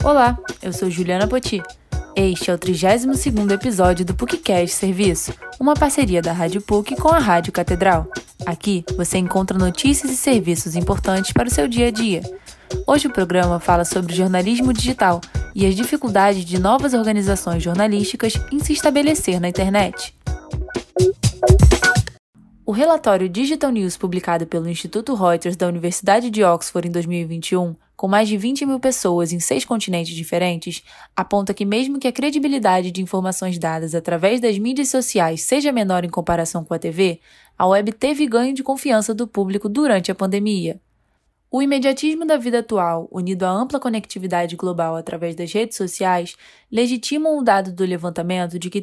Olá, eu sou Juliana Poti. Este é o 32º episódio do PUCcast Serviço, uma parceria da Rádio PUC com a Rádio Catedral. Aqui você encontra notícias e serviços importantes para o seu dia a dia. Hoje o programa fala sobre jornalismo digital e as dificuldades de novas organizações jornalísticas em se estabelecer na internet. O relatório Digital News publicado pelo Instituto Reuters da Universidade de Oxford em 2021, com mais de 20 mil pessoas em 6 continentes diferentes, aponta que mesmo que a credibilidade de informações dadas através das mídias sociais seja menor em comparação com a TV, a web teve ganho de confiança do público durante a pandemia. O imediatismo da vida atual, unido à ampla conectividade global através das redes sociais, legitimam o dado do levantamento de que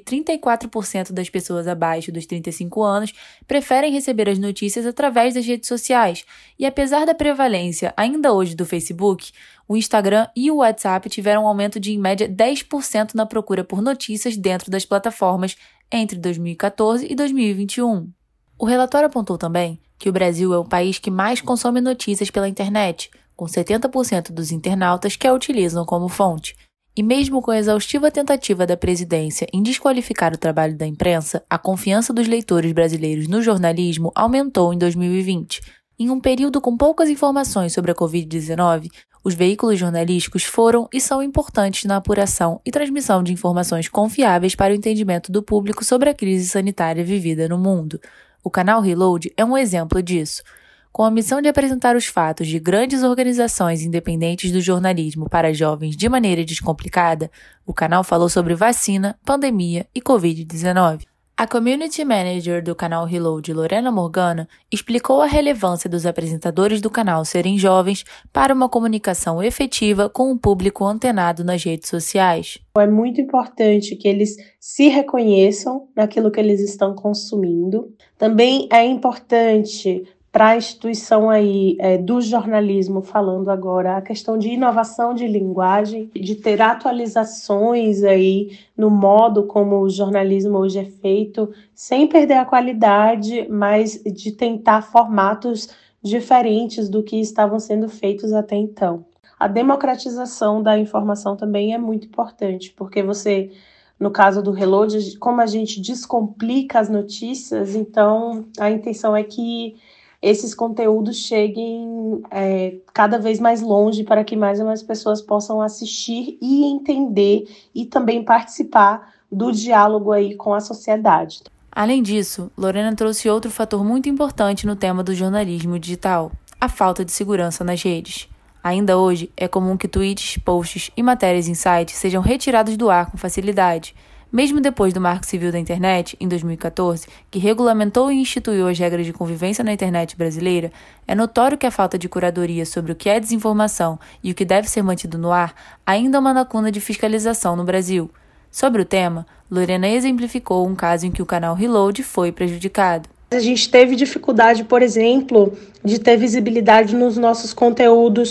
34% das pessoas abaixo dos 35 anos preferem receber as notícias através das redes sociais, e apesar da prevalência ainda hoje do Facebook, o Instagram e o WhatsApp tiveram um aumento de em média 10% na procura por notícias dentro das plataformas entre 2014 e 2021. O relatório apontou também que o Brasil é o país que mais consome notícias pela internet, com 70% dos internautas que a utilizam como fonte. E mesmo com a exaustiva tentativa da presidência em desqualificar o trabalho da imprensa, a confiança dos leitores brasileiros no jornalismo aumentou em 2020. Em um período com poucas informações sobre a Covid-19, os veículos jornalísticos foram e são importantes na apuração e transmissão de informações confiáveis para o entendimento do público sobre a crise sanitária vivida no mundo. O canal Reload é um exemplo disso. Com a missão de apresentar os fatos de grandes organizações independentes do jornalismo para jovens de maneira descomplicada, o canal falou sobre vacina, pandemia e Covid-19. A Community Manager do canal Reload, Lorena Morgana, explicou a relevância dos apresentadores do canal serem jovens para uma comunicação efetiva com o público antenado nas redes sociais. É muito importante que eles se reconheçam naquilo que eles estão consumindo. Também é importante para a instituição aí do jornalismo, falando agora, a questão de inovação de linguagem, de ter atualizações aí no modo como o jornalismo hoje é feito, sem perder a qualidade, mas de tentar formatos diferentes do que estavam sendo feitos até então. A democratização da informação também é muito importante, porque você, no caso do Reload, como a gente descomplica as notícias, então a intenção é que esses conteúdos cheguem cada vez mais longe para que mais e mais pessoas possam assistir e entender e também participar do diálogo aí com a sociedade. Além disso, Lorena trouxe outro fator muito importante no tema do jornalismo digital: a falta de segurança nas redes. Ainda hoje, é comum que tweets, posts e matérias em sites sejam retirados do ar com facilidade. Mesmo depois do Marco Civil da Internet, em 2014, que regulamentou e instituiu as regras de convivência na internet brasileira, é notório que a falta de curadoria sobre o que é desinformação e o que deve ser mantido no ar ainda é uma lacuna de fiscalização no Brasil. Sobre o tema, Lorena exemplificou um caso em que o canal Reload foi prejudicado. A gente teve dificuldade, por exemplo, de ter visibilidade nos nossos conteúdos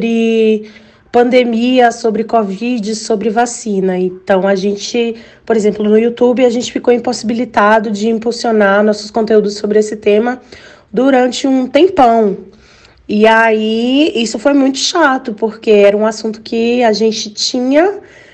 sobre pandemia, sobre Covid, sobre vacina. Então, a gente, por exemplo, no YouTube, a gente ficou impossibilitado de impulsionar nossos conteúdos sobre esse tema durante um tempão. E aí, isso foi muito chato, porque era um assunto que a gente tinha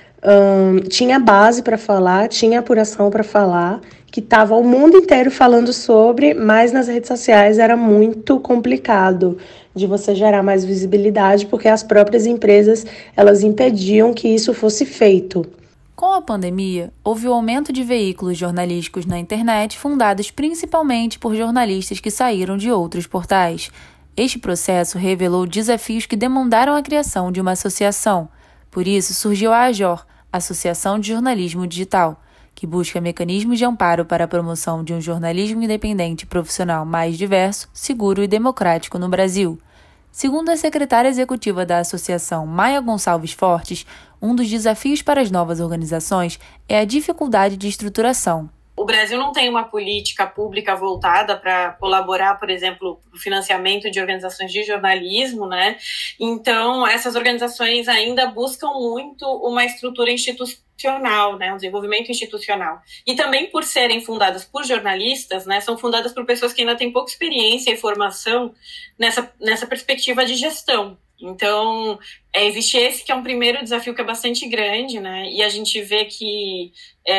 base para falar, tinha apuração para falar, que estava o mundo inteiro falando sobre, mas nas redes sociais era muito complicado de você gerar mais visibilidade, porque as próprias empresas, elas impediam que isso fosse feito. Com a pandemia, houve o aumento de veículos jornalísticos na internet fundados principalmente por jornalistas que saíram de outros portais. Este processo revelou desafios que demandaram a criação de uma associação. Por isso surgiu a AJOR, Associação de Jornalismo Digital, que busca mecanismos de amparo para a promoção de um jornalismo independente e profissional mais diverso, seguro e democrático no Brasil. Segundo a secretária executiva da associação, Maia Gonçalves Fortes, um dos desafios para as novas organizações é a dificuldade de estruturação. O Brasil não tem uma política pública voltada para colaborar, por exemplo, no financiamento de organizações de jornalismo, né? Então, essas organizações ainda buscam muito uma estrutura institucional, né? Um desenvolvimento institucional. E também por serem fundadas por jornalistas, né? São fundadas por pessoas que ainda têm pouca experiência e formação nessa perspectiva de gestão. Então, existe esse que é um primeiro desafio que é bastante grande, né? E a gente vê que,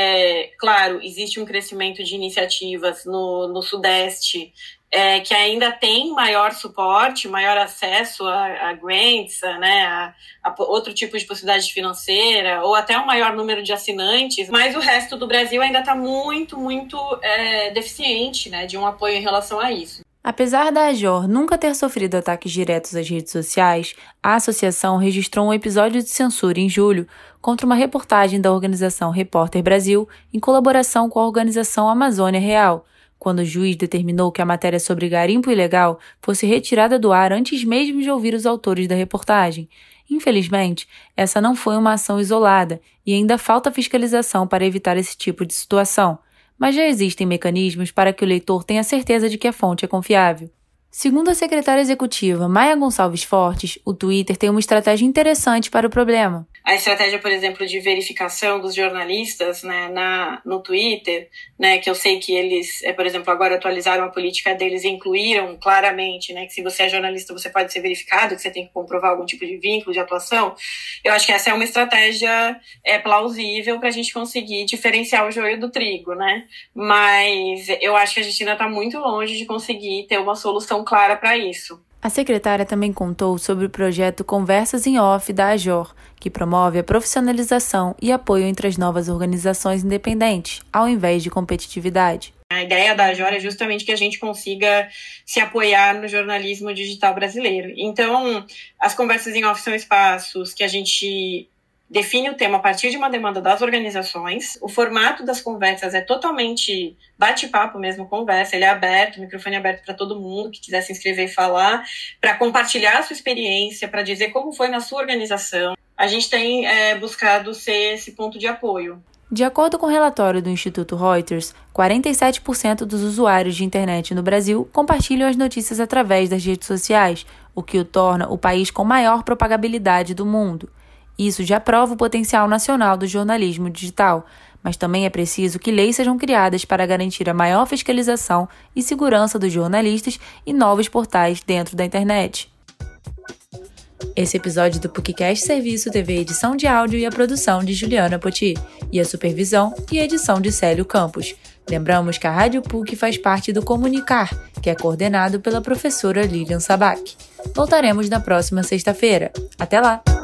claro, existe um crescimento de iniciativas no Sudeste, que ainda tem maior suporte, maior acesso a grants, né, a outro tipo de possibilidade financeira, ou até um maior número de assinantes, mas o resto do Brasil ainda está muito, muito deficiente, né, de um apoio em relação a isso. Apesar da AJOR nunca ter sofrido ataques diretos às redes sociais, a associação registrou um episódio de censura em julho contra uma reportagem da organização Repórter Brasil em colaboração com a organização Amazônia Real, quando o juiz determinou que a matéria sobre garimpo ilegal fosse retirada do ar antes mesmo de ouvir os autores da reportagem. Infelizmente, essa não foi uma ação isolada e ainda falta fiscalização para evitar esse tipo de situação, mas já existem mecanismos para que o leitor tenha certeza de que a fonte é confiável. Segundo a secretária executiva Maia Gonçalves Fortes, o Twitter tem uma estratégia interessante para o problema. A estratégia, por exemplo, de verificação dos jornalistas, né, no Twitter, né, que eu sei que eles, por exemplo, agora atualizaram a política deles e incluíram claramente, né, que se você é jornalista você pode ser verificado, que você tem que comprovar algum tipo de vínculo de atuação. Eu acho que essa é uma estratégia plausível para a gente conseguir diferenciar o joio do trigo, né? Mas eu acho que a gente ainda está muito longe de conseguir ter uma solução clara para isso. A secretária também contou sobre o projeto Conversas em Off da AJOR, que promove a profissionalização e apoio entre as novas organizações independentes, ao invés de competitividade. A ideia da AJOR é justamente que a gente consiga se apoiar no jornalismo digital brasileiro. Então, as conversas em off são espaços que a gente define o tema a partir de uma demanda das organizações. O formato das conversas é totalmente bate-papo mesmo, conversa. Ele é aberto, o microfone é aberto para todo mundo que quiser se inscrever e falar, para compartilhar a sua experiência, para dizer como foi na sua organização. A gente tem buscado ser esse ponto de apoio. De acordo com o relatório do Instituto Reuters, 47% dos usuários de internet no Brasil compartilham as notícias através das redes sociais, o que o torna o país com maior propagabilidade do mundo. Isso já prova o potencial nacional do jornalismo digital, mas também é preciso que leis sejam criadas para garantir a maior fiscalização e segurança dos jornalistas e novos portais dentro da internet. Esse episódio do PUCcast Serviço teve a edição de áudio e a produção de Juliana Poti, e a supervisão e edição de Célio Campos. Lembramos que a Rádio PUC faz parte do Comunicar, que é coordenado pela professora Lilian Sabac. Voltaremos na próxima sexta-feira. Até lá!